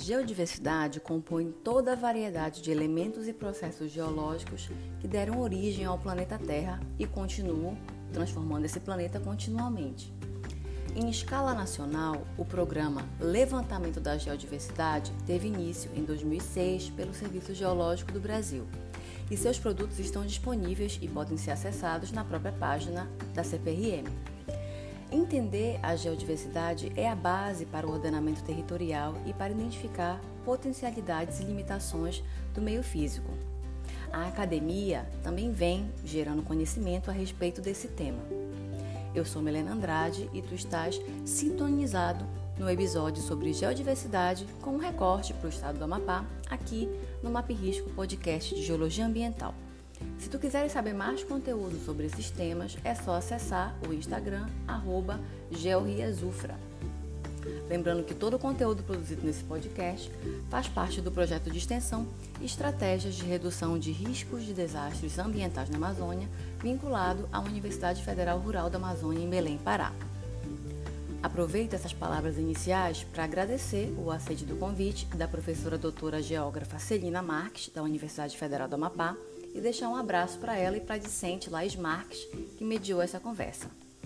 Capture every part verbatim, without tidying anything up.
geodiversidade compõe toda a variedade de elementos e processos geológicos que deram origem ao planeta Terra e continuam transformando esse planeta continuamente. Em escala nacional, o programa Levantamento da Geodiversidade teve início em dois mil e seis pelo Serviço Geológico do Brasil e seus produtos estão disponíveis e podem ser acessados na própria página da C P R M. Entender a geodiversidade é a base para o ordenamento territorial e para identificar potencialidades e limitações do meio físico. A academia também vem gerando conhecimento a respeito desse tema. Eu sou Milena Andrade e tu estás sintonizado no episódio sobre geodiversidade com um recorte para o estado do Amapá, aqui no Map Risco Podcast de Geologia Ambiental. Se tu quiseres saber mais conteúdo sobre esses temas, é só acessar o Instagram, arroba georriasufra. Lembrando que todo o conteúdo produzido nesse podcast faz parte do projeto de extensão Estratégias de Redução de Riscos de Desastres Ambientais na Amazônia, vinculado à Universidade Federal Rural da Amazônia, em Belém, Pará. Aproveito essas palavras iniciais para agradecer o aceite do convite da professora doutora geógrafa Celina Marques, da Universidade Federal do Amapá, e deixar um abraço para ela e para a discente Laís Marques, que mediou essa conversa.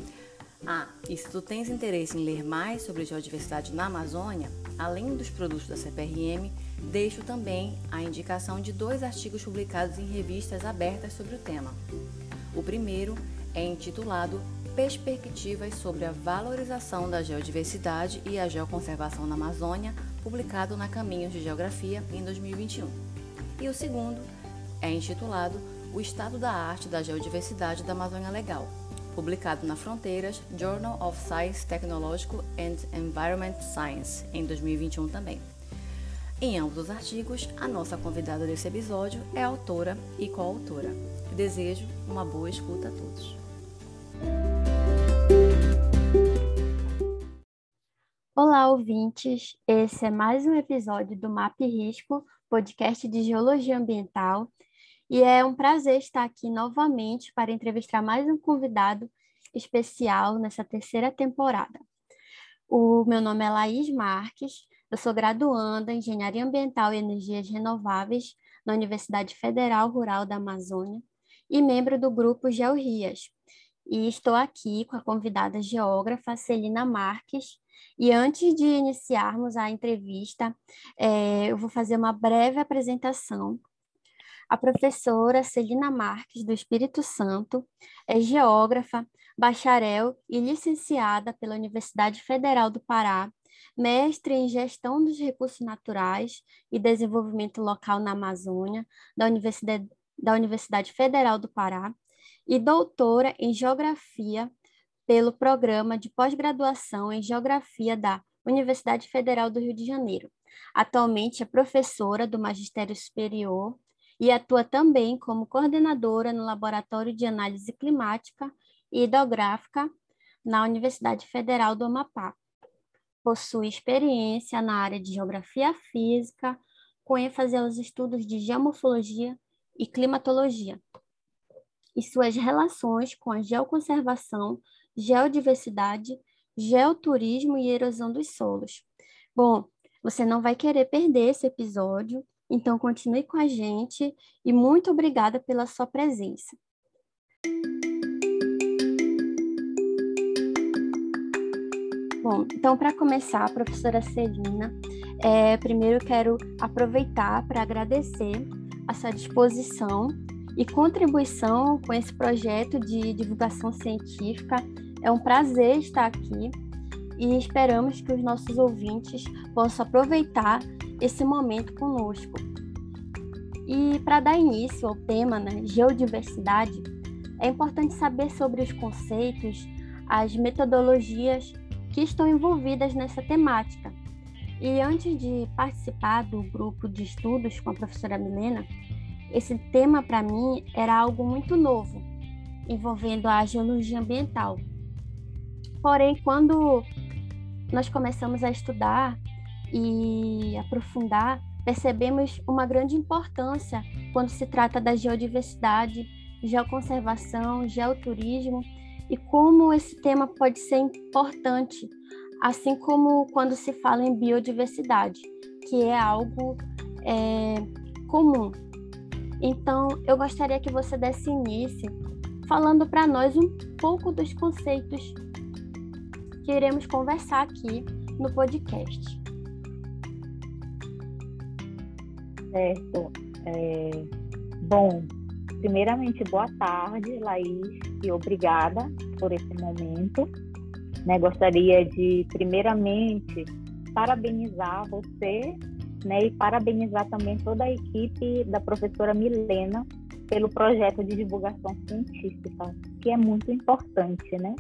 Ah, e se tu tens interesse em ler mais sobre geodiversidade na Amazônia, além dos produtos da C P R M, deixo também a indicação de dois artigos publicados em revistas abertas sobre o tema. O primeiro é intitulado Perspectivas sobre a Valorização da Geodiversidade e a Geoconservação na Amazônia, publicado na Caminhos de Geografia em dois mil e vinte e um. E o segundo é intitulado O Estado da Arte da Geodiversidade da Amazônia Legal, publicado na Fronteiras, Journal of Science, Technological and Environment Science, em dois mil e vinte e um também. Em ambos os artigos, a nossa convidada desse episódio é autora e coautora. Desejo uma boa escuta a todos. Olá, ouvintes! Esse é mais um episódio do Map Risco, podcast de Geologia Ambiental, e é um prazer estar aqui novamente para entrevistar mais um convidado especial nessa terceira temporada. O meu nome é Laís Marques, eu sou graduanda em Engenharia Ambiental e Energias Renováveis na Universidade Federal Rural da Amazônia e membro do grupo GeoRIAS. E estou aqui com a convidada geógrafa Celina Marques. E antes de iniciarmos a entrevista, é, eu vou fazer uma breve apresentação. A professora Celina Marques, do Espírito Santo, é geógrafa, bacharel e licenciada pela Universidade Federal do Pará, mestre em Gestão dos Recursos Naturais e Desenvolvimento Local na Amazônia, da Universidade, da Universidade Federal do Pará, e doutora em Geografia pelo Programa de Pós-Graduação em Geografia da Universidade Federal do Rio de Janeiro. Atualmente é professora do Magistério Superior e atua também como coordenadora no Laboratório de Análise Climática e Hidrográfica na Universidade Federal do Amapá. Possui experiência na área de Geografia Física, com ênfase aos estudos de geomorfologia e climatologia, e suas relações com a geoconservação, geodiversidade, geoturismo e erosão dos solos. Bom, você não vai querer perder esse episódio, então continue com a gente e muito obrigada pela sua presença. Bom, então para começar, professora Celina, é, primeiro quero aproveitar para agradecer a sua disposição e contribuição com esse projeto de divulgação científica. É um prazer estar aqui e esperamos que os nossos ouvintes possam aproveitar esse momento conosco. E para dar início ao tema, né, geodiversidade, é importante saber sobre os conceitos, as metodologias que estão envolvidas nessa temática. E antes de participar do grupo de estudos com a professora Milena, esse tema, para mim, era algo muito novo, envolvendo a geologia ambiental. Porém, quando nós começamos a estudar e aprofundar, percebemos uma grande importância quando se trata da geodiversidade, geoconservação, geoturismo e como esse tema pode ser importante, assim como quando se fala em biodiversidade, que é algo é, comum. Então, eu gostaria que você desse início falando para nós um pouco dos conceitos que iremos conversar aqui no podcast. Certo. É, bom, primeiramente, boa tarde, Laís, e obrigada por esse momento. Né, gostaria de, primeiramente, parabenizar você, né, e parabenizar também toda a equipe da professora Milena pelo projeto de divulgação científica, que é muito importante, né,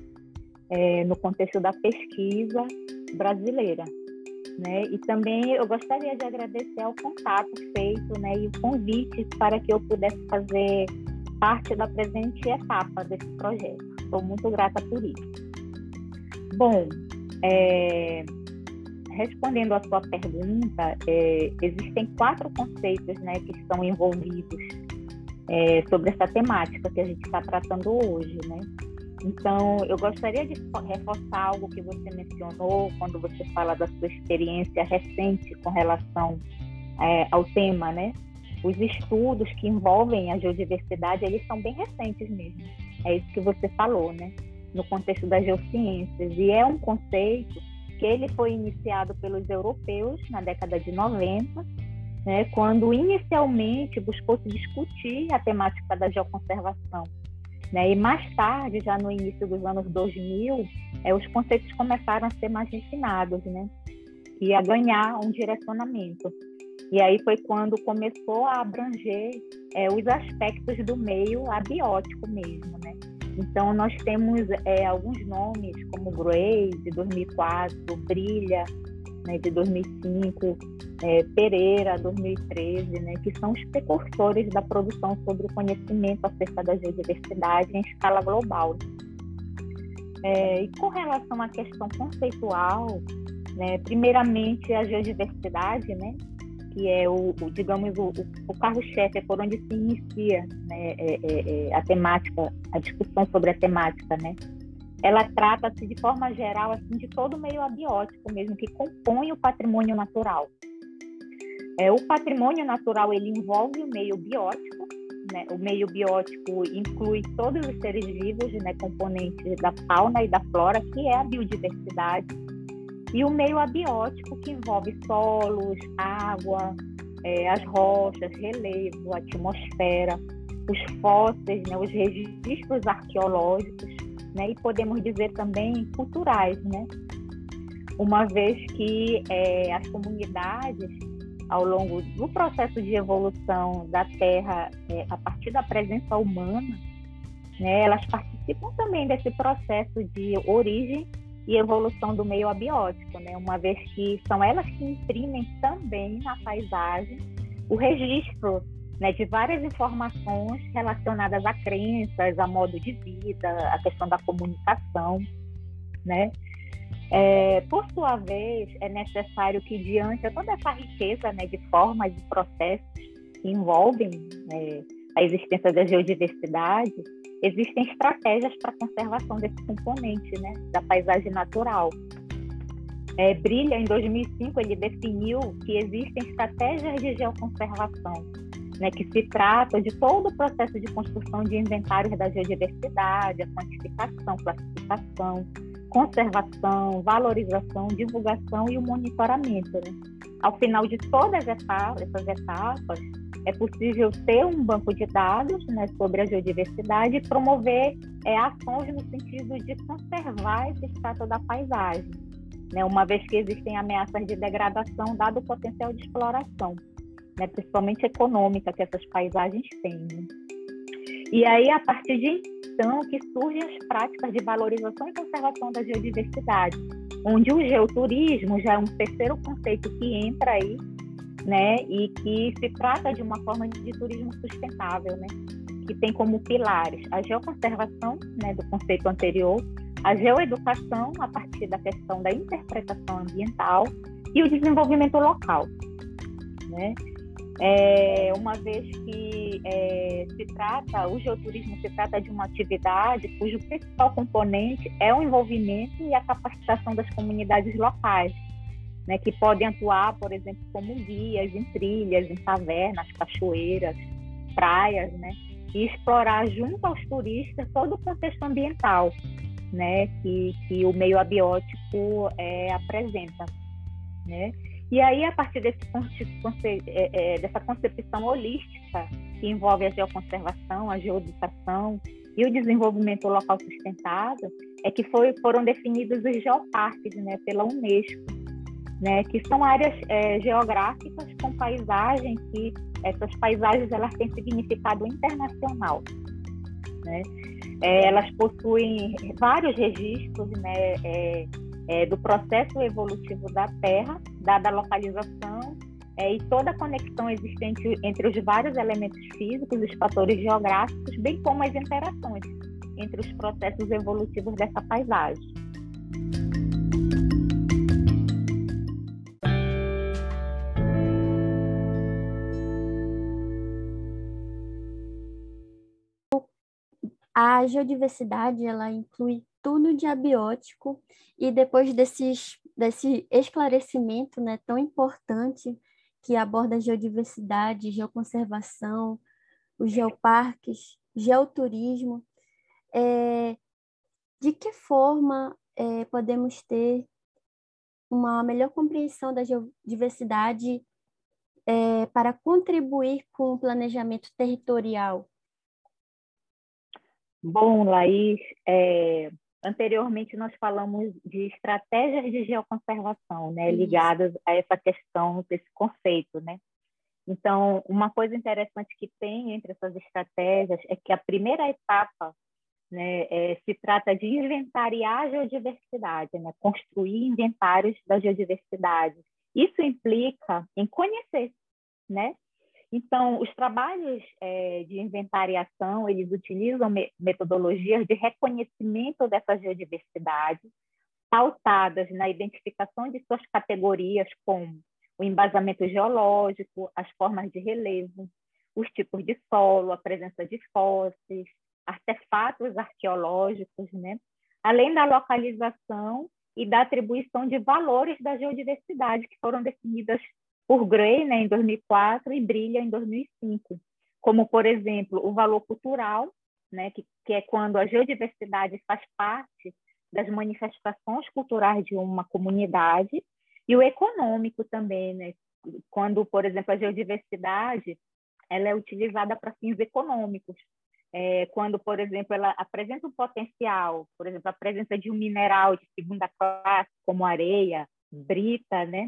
é, no contexto da pesquisa brasileira. Né? E também eu gostaria de agradecer ao contato feito, né, e o convite para que eu pudesse fazer parte da presente etapa desse projeto. Estou muito grata por isso. Bom, é, respondendo à sua pergunta, é, existem quatro conceitos, né, que estão envolvidos é, sobre essa temática que a gente está tratando hoje, né? Então, eu gostaria de reforçar algo que você mencionou quando você fala da sua experiência recente com relação é, ao tema, né? Os estudos que envolvem a geodiversidade, eles são bem recentes mesmo. É isso que você falou, né? No contexto das geociências. E é um conceito que ele foi iniciado pelos europeus na década de noventa, né? Quando inicialmente buscou-se discutir a temática da geoconservação. Né? E mais tarde, já no início dos anos dois mil, é, os conceitos começaram a ser mais refinados, né? E a ganhar um direcionamento. E aí foi quando começou a abranger é, os aspectos do meio abiótico mesmo, né? Então, nós temos é, alguns nomes, como Gray, de dois mil e quatro, Brilha, né, de dois mil e cinco, é, Pereira, dois mil e treze, né, que são os precursores da produção sobre o conhecimento acerca da geodiversidade em escala global. É, e com relação à questão conceitual, né, primeiramente a geodiversidade, né, que é o, o digamos, o, o carro-chefe, é por onde se inicia, né, é, é, é, a temática, a discussão sobre a temática, né? Ela trata-se de forma geral assim, de todo o meio abiótico mesmo, que compõe o patrimônio natural. É, o patrimônio natural ele envolve o meio biótico, né? O meio biótico inclui todos os seres vivos, né, componentes da fauna e da flora, que é a biodiversidade, e o meio abiótico, que envolve solos, água, é, as rochas, relevo, atmosfera, os fósseis, né, os registros arqueológicos, né, e podemos dizer também culturais, né? Uma vez que é, as comunidades, ao longo do processo de evolução da Terra, é, a partir da presença humana, né, elas participam também desse processo de origem e evolução do meio abiótico, né, uma vez que são elas que imprimem também na paisagem o registro, né, de várias informações relacionadas a crenças, a modo de vida, a questão da comunicação, né? É, por sua vez, é necessário que, diante de toda essa riqueza, né, de formas e processos que envolvem é, a existência da geodiversidade, existem estratégias para a conservação desse componente, né, da paisagem natural. É, Brilha, em dois mil e cinco, ele definiu que existem estratégias de geoconservação, né, que se trata de todo o processo de construção de inventários da geodiversidade, a quantificação, classificação, conservação, valorização, divulgação e o monitoramento. Né? Ao final de todas essas etapas, é possível ter um banco de dados, né, sobre a geodiversidade e promover é, ações no sentido de conservar esse estado da paisagem, né, uma vez que existem ameaças de degradação dado o potencial de exploração, né, principalmente econômica, que essas paisagens têm. Né? E aí, a partir de então, que surgem as práticas de valorização e conservação da geodiversidade, onde o geoturismo já é um terceiro conceito que entra aí, né, e que se trata de uma forma de turismo sustentável, né, que tem como pilares a geoconservação, né, do conceito anterior, a geoeducação a partir da questão da interpretação ambiental e o desenvolvimento local, né? É, uma vez que é, se trata, o geoturismo se trata de uma atividade cujo principal componente é o envolvimento e a capacitação das comunidades locais, né, que podem atuar, por exemplo, como guias em trilhas, em cavernas, cachoeiras, praias, né, e explorar junto aos turistas todo o contexto ambiental, né, que, que o meio abiótico é, apresenta, né? E aí, a partir desse conce, conce, é, é, dessa concepção holística, que envolve a geoconservação, a geoeducação e o desenvolvimento local sustentável, é que foi, foram definidos os geoparques, né, pela Unesco, né, que são áreas é, geográficas com paisagens, que essas paisagens elas têm significado internacional, né? É, elas possuem vários registros, né, é, é, do processo evolutivo da Terra, dada a localização é, e toda a conexão existente entre os vários elementos físicos, os fatores geográficos, bem como as interações entre os processos evolutivos dessa paisagem. A geodiversidade, ela inclui tudo de abiótico, e depois desses, desse esclarecimento, né, tão importante, que aborda a geodiversidade, geoconservação, os geoparques, geoturismo, é, de que forma é, podemos ter uma melhor compreensão da geodiversidade é, para contribuir com o planejamento territorial? Bom, Laís, é, anteriormente nós falamos de estratégias de geoconservação, né, ligadas a essa questão, desse conceito, né? Então, uma coisa interessante que tem entre essas estratégias é que a primeira etapa, né, é, se trata de inventariar a geodiversidade, né, construir inventários da geodiversidade. Isso implica em conhecer, né? Então, os trabalhos é, de inventariação, eles utilizam me metodologias de reconhecimento dessa geodiversidade, pautadas na identificação de suas categorias, como o embasamento geológico, as formas de relevo, os tipos de solo, a presença de fósseis, artefatos arqueológicos, né? Além da localização e da atribuição de valores da geodiversidade, que foram definidas por Gray, né, em dois mil e quatro, e Brilha, em dois mil e cinco, como, por exemplo, o valor cultural, né, que, que é quando a geodiversidade faz parte das manifestações culturais de uma comunidade, e o econômico também, né, quando, por exemplo, a geodiversidade ela é utilizada para fins econômicos, é, quando, por exemplo, ela apresenta um potencial, por exemplo, a presença de um mineral de segunda classe, como areia, brita, né,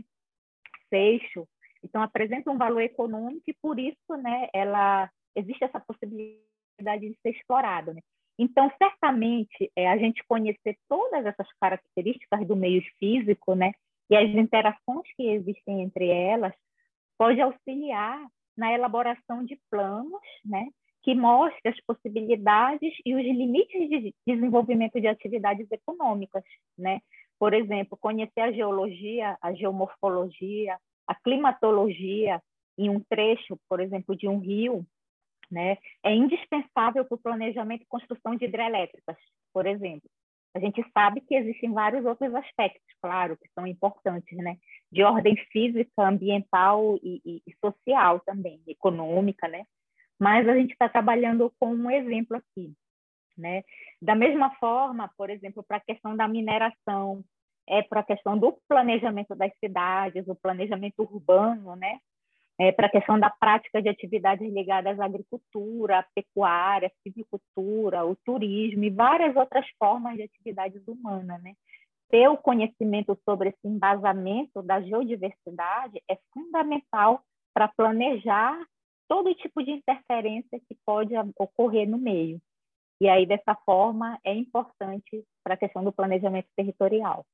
seixo, então apresenta um valor econômico e por isso, né, ela existe essa possibilidade de ser explorada, né? Então, certamente, é, a gente conhecer todas essas características do meio físico, né, e as interações que existem entre elas, pode auxiliar na elaboração de planos, né, que mostrem as possibilidades e os limites de desenvolvimento de atividades econômicas, né? Por exemplo, conhecer a geologia, a geomorfologia, a climatologia em um trecho, por exemplo, de um rio, né, é indispensável para o planejamento e construção de hidrelétricas, por exemplo. A gente sabe que existem vários outros aspectos, claro, que são importantes, né, de ordem física, ambiental e, e, e social também, econômica, né? Mas a gente está trabalhando com um exemplo aqui, né? Da mesma forma, por exemplo, para a questão da mineração, é para a questão do planejamento das cidades, o planejamento urbano, né? É para a questão da prática de atividades ligadas à agricultura, à pecuária, à silvicultura, o turismo e várias outras formas de atividades humanas, né? Ter o conhecimento sobre esse embasamento da geodiversidade é fundamental para planejar todo tipo de interferência que pode ocorrer no meio. E aí, dessa forma, é importante para a questão do planejamento territorial.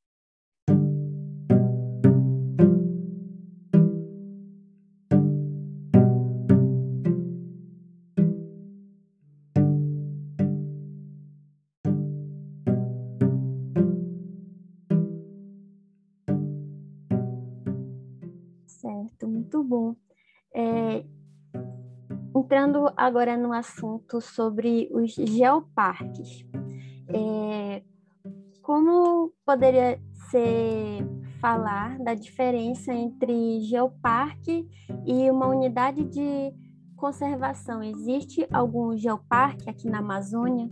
Certo, muito bom. É, entrando agora no assunto sobre os geoparques, é, como poderia ser falar da diferença entre geoparque e uma unidade de conservação. Existe algum geoparque aqui na Amazônia?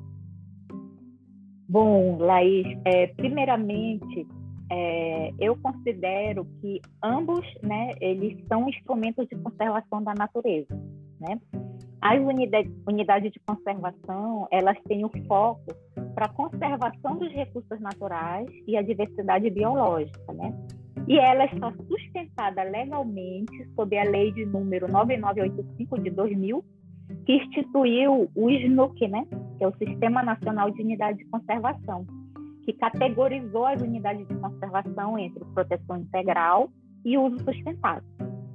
Bom, Laís, é, primeiramente, é, eu considero que ambos, né, eles são instrumentos de conservação da natureza, né? As unidades, unidades de conservação, elas têm o foco para a conservação dos recursos naturais e a diversidade biológica, né? E ela está sustentada legalmente sob a lei de número nove nove oito cinco de dois mil, que instituiu o S N U C, né? Que é o Sistema Nacional de Unidade de Conservação, que categorizou as unidades de conservação entre proteção integral e uso sustentável.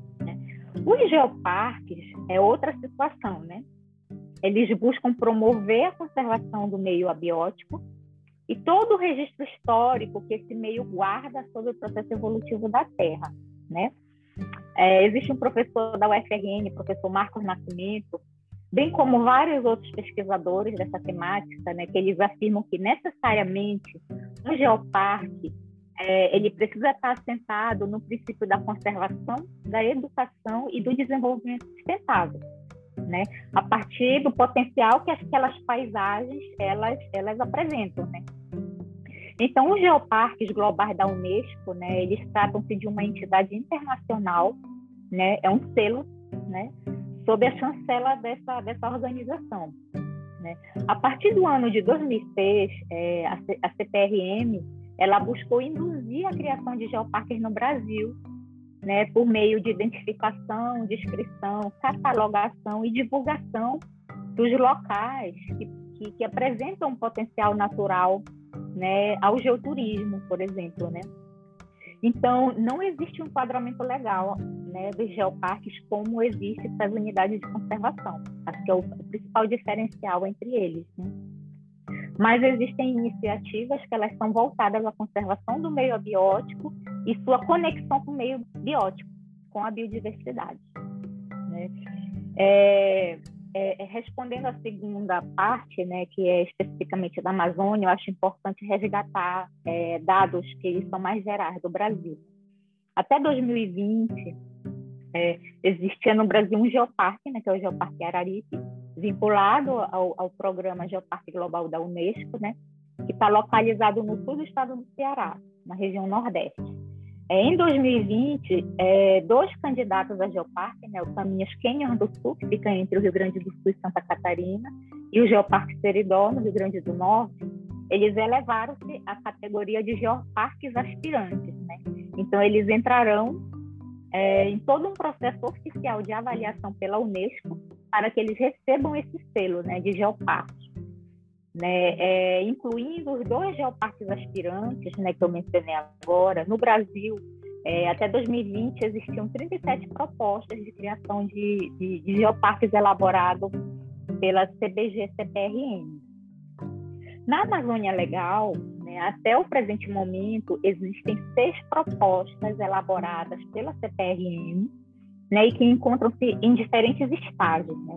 Os geoparques é outra situação, né? Eles buscam promover a conservação do meio abiótico e todo o registro histórico que esse meio guarda sobre o processo evolutivo da Terra, né? É, existe um professor da U F R N, professor Marcos Nascimento, bem como vários outros pesquisadores dessa temática, né, que eles afirmam que necessariamente um geoparque É, ele precisa estar assentado no princípio da conservação, da educação e do desenvolvimento sustentável, né? A partir do potencial que aquelas paisagens elas, elas apresentam, né? Então, os geoparques globais da Unesco, né, eles tratam-se de uma entidade internacional, né? É um selo, né, sob a chancela dessa, dessa organização, né? A partir do ano de dois mil e seis, é, a, C, a C P R M ela buscou induzir a criação de geoparques no Brasil, né, por meio de identificação, descrição, catalogação e divulgação dos locais que, que, que apresentam um potencial natural, né, ao geoturismo, por exemplo, né? Então, não existe um enquadramento legal, né, dos geoparques como existe para as unidades de conservação. Acho que é o, o principal diferencial entre eles, né? Mas existem iniciativas que elas são voltadas à conservação do meio abiótico e sua conexão com o meio biótico, com a biodiversidade, né? É, é, respondendo à segunda parte, né, que é especificamente da Amazônia, eu acho importante resgatar é, dados que eles são mais gerais do Brasil. Até dois mil e vinte, é, existia no Brasil um geoparque, né, que é o Geoparque Araripe, vinculado ao, ao Programa Geoparque Global da Unesco, né, que está localizado no sul do estado do Ceará, na região Nordeste. É, em dois mil e vinte, é, dois candidatos a geoparque, né, o Caminhos Canyon do Sul, que fica entre o Rio Grande do Sul e Santa Catarina, e o Geoparque Seridó, no Rio Grande do Norte, eles elevaram-se à categoria de geoparques aspirantes, né? Então, eles entrarão é, em todo um processo oficial de avaliação pela Unesco para que eles recebam esse selo, né, de geoparque, né, é, incluindo os dois geoparques aspirantes, né, que eu mencionei agora. No Brasil, é, até dois mil e vinte, existiam trinta e sete propostas de criação de, de, de geoparques elaborados pela C B G C P R M. Na Amazônia Legal, né, até o presente momento, existem seis propostas elaboradas pela C P R M, né, e que encontram-se em diferentes estágios, né?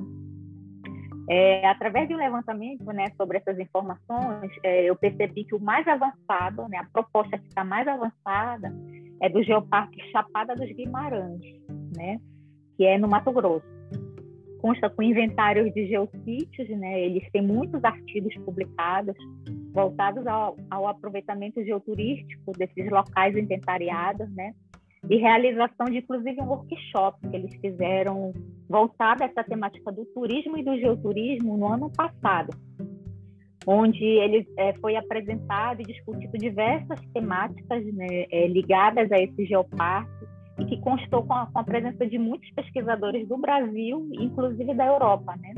É, através de um levantamento, né, sobre essas informações, é, eu percebi que o mais avançado, né, a proposta que está mais avançada é do Geoparque Chapada dos Guimarães, né, que é no Mato Grosso. Consta com inventários de geossítios, né, eles têm muitos artigos publicados voltados ao, ao aproveitamento geoturístico desses locais inventariados, né, e realização de, inclusive, um workshop que eles fizeram voltado a essa temática do turismo e do geoturismo no ano passado, onde ele é, foi apresentado e discutido diversas temáticas, né, é, ligadas a esse geoparque, e que constou com a, com a presença de muitos pesquisadores do Brasil, inclusive da Europa, né?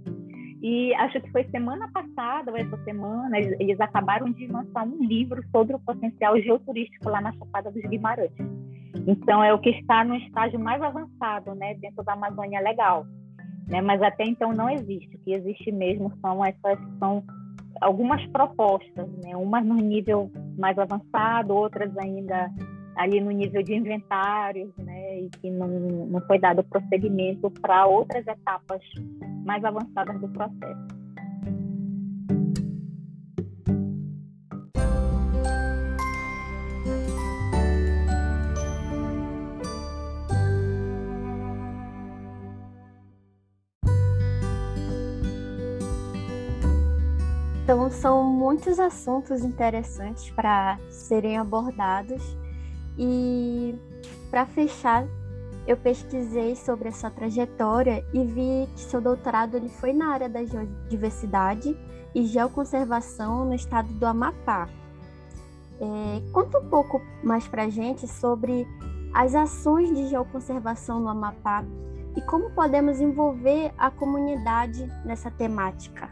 E acho que foi semana passada, ou essa semana, eles, eles acabaram de lançar um livro sobre o potencial geoturístico lá na Chapada dos Guimarães. Então, é o que está no estágio mais avançado, né, dentro da Amazônia Legal, né? Mas até então não existe. O que existe mesmo são essas são algumas propostas, né? Umas no nível mais avançado, outras ainda ali no nível de inventários, né? E que não, não foi dado prosseguimento para outras etapas mais avançadas do processo. Então, são muitos assuntos interessantes para serem abordados. E, para fechar, eu pesquisei sobre a sua trajetória e vi que seu doutorado ele foi na área da geodiversidade e geoconservação no estado do Amapá. É, conta um pouco mais para a gente sobre as ações de geoconservação no Amapá e como podemos envolver a comunidade nessa temática.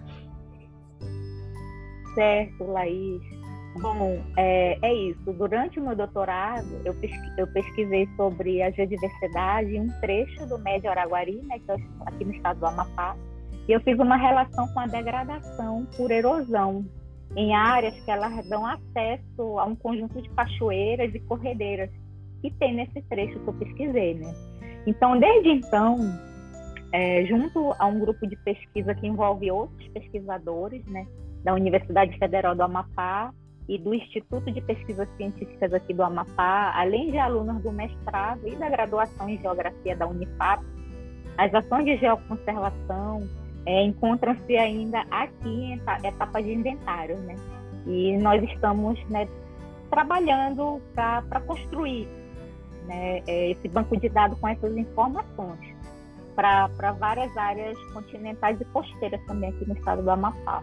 Certo, Laís. Bom, é, é isso. Durante o meu doutorado, eu, pesqui, eu pesquisei sobre a geodiversidade em um trecho do Médio Araguari, né, que é aqui no estado do Amapá, e eu fiz uma relação com a degradação por erosão em áreas que elas dão acesso a um conjunto de cachoeiras e corredeiras que tem nesse trecho que eu pesquisei, né? Então, desde então, é, junto a um grupo de pesquisa que envolve outros pesquisadores, né, da Universidade Federal do Amapá e do Instituto de Pesquisas Científicas aqui do Amapá, além de alunos do mestrado e da graduação em Geografia da Unifap, as ações de geoconservação é, encontram-se ainda aqui em etapa de inventário, né? E nós estamos, né, trabalhando para construir, né, esse banco de dados com essas informações para várias áreas continentais e costeiras também aqui no estado do Amapá.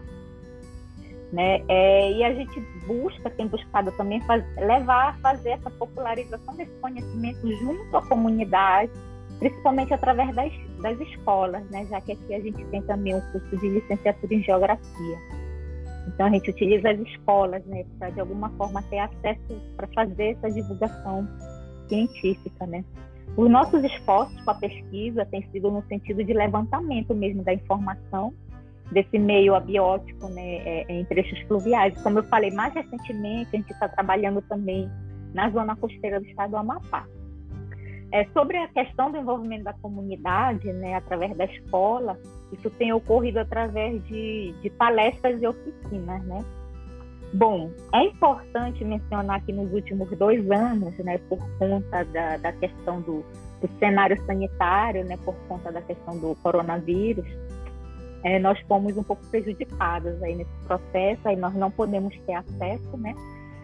Né? É, e a gente busca, tem buscado também faz, levar a fazer essa popularização desse conhecimento junto à comunidade, principalmente através das, das escolas, né? Já que aqui a gente tem também um curso de licenciatura em Geografia. Então a gente utiliza as escolas, né, para de alguma forma ter acesso para fazer essa divulgação científica, né? Os nossos esforços com a pesquisa têm sido no sentido de levantamento mesmo da informação desse meio abiótico, né, é, em trechos fluviais. Como eu falei, mais recentemente, a gente está trabalhando também na zona costeira do estado do Amapá. É, sobre a questão do envolvimento da comunidade, né, através da escola, isso tem ocorrido através de, de palestras e oficinas, né? Bom, é importante mencionar que nos últimos dois anos, né, por conta da, da questão do, do cenário sanitário, né, por conta da questão do coronavírus, É, nós fomos um pouco prejudicados aí nesse processo, aí nós não podemos ter acesso, né,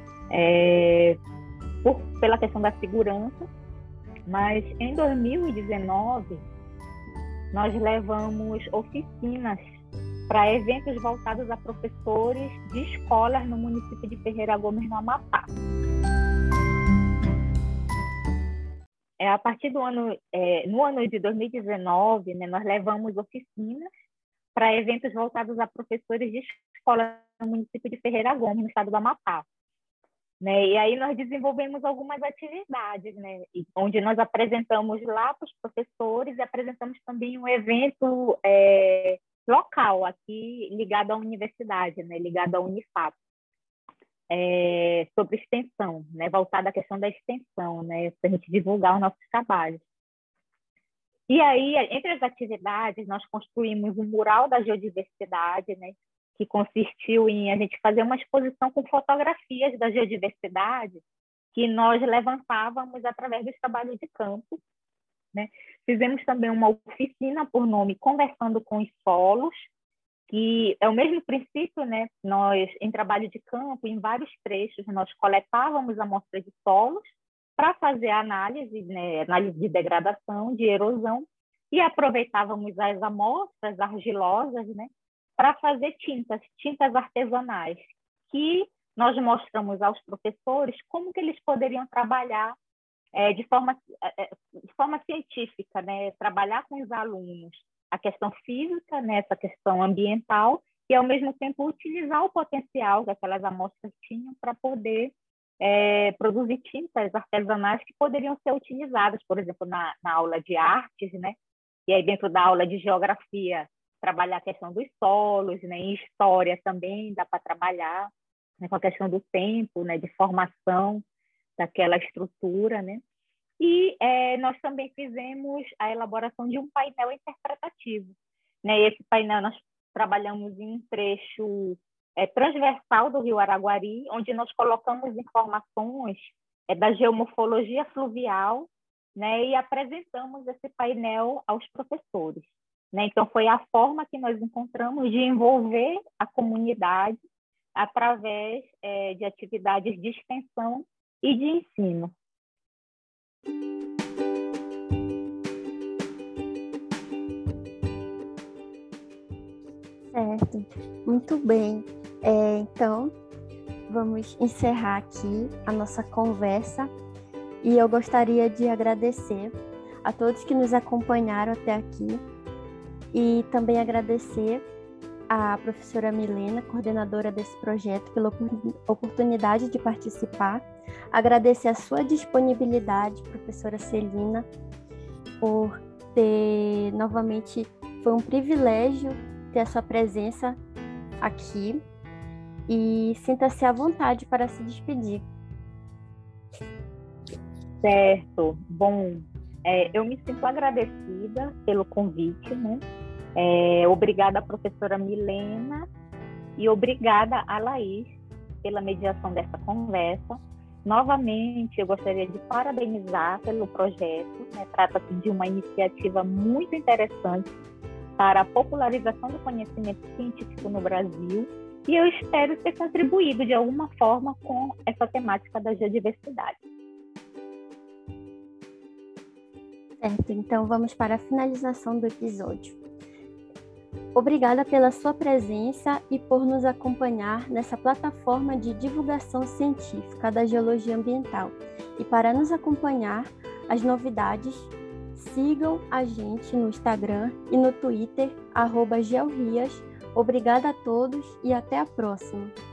é, por, pela questão da segurança, mas em dois mil e dezenove nós levamos oficinas para eventos voltados a professores de escolas no município de Ferreira Gomes, no Amapá. É, a partir do ano, é, no ano de dois mil e dezenove, né, nós levamos oficinas para eventos voltados a professores de escola no município de Ferreira Gomes, no estado do Amapá. Né? E aí nós desenvolvemos algumas atividades, né, onde nós apresentamos lá para os professores e apresentamos também um evento é, local, aqui ligado à universidade, né, ligado à Unifap, é, sobre extensão, né, voltado à questão da extensão, né, para a gente divulgar os nossos trabalhos. E aí, entre as atividades, nós construímos um mural da geodiversidade, né, que consistiu em a gente fazer uma exposição com fotografias da geodiversidade que nós levantávamos através dos trabalhos de campo, né? Fizemos também uma oficina por nome Conversando com os Solos, que é o mesmo princípio, né? Nós, em trabalho de campo, em vários trechos, nós coletávamos amostras de solos para fazer a análise, né, análise de degradação, de erosão, e aproveitávamos as amostras argilosas, né, para fazer tintas, tintas artesanais, que nós mostramos aos professores como que eles poderiam trabalhar é, de, forma, é, de forma científica, né, trabalhar com os alunos a questão física, né, essa questão ambiental, e, ao mesmo tempo, utilizar o potencial que aquelas amostras tinham para poder É, produzir tintas artesanais que poderiam ser utilizadas, por exemplo, na, na aula de artes, né? E aí dentro da aula de geografia, trabalhar a questão dos solos, né? Em história também dá para trabalhar, né? Com a questão do tempo, né? De formação daquela estrutura, né? E é, nós também fizemos a elaboração de um painel interpretativo, né? E esse painel nós trabalhamos em um trecho É, transversal do Rio Araguari, onde nós colocamos informações é, da geomorfologia fluvial, né, e apresentamos esse painel aos professores. né? Então, foi a forma que nós encontramos de envolver a comunidade através é, de atividades de extensão e de ensino. Certo, muito bem. É, então, vamos encerrar aqui a nossa conversa e eu gostaria de agradecer a todos que nos acompanharam até aqui e também agradecer à professora Milena, coordenadora desse projeto, pela oportunidade de participar. Agradecer a sua disponibilidade, professora Celina, por ter novamente, foi um privilégio ter a sua presença aqui e sinta-se à vontade para se despedir. Certo. Bom, é, eu me sinto agradecida pelo convite, né? É, obrigada à professora Milena e obrigada a Laís pela mediação dessa conversa. Novamente, eu gostaria de parabenizar pelo projeto, né? Trata-se de uma iniciativa muito interessante para a popularização do conhecimento científico no Brasil e eu espero ter contribuído de alguma forma com essa temática da geodiversidade. Certo, então vamos para a finalização do episódio. Obrigada pela sua presença e por nos acompanhar nessa plataforma de divulgação científica da geologia ambiental. E para nos acompanhar as novidades, sigam a gente no Instagram e no Twitter, arroba georrias. Obrigada a todos e até a próxima!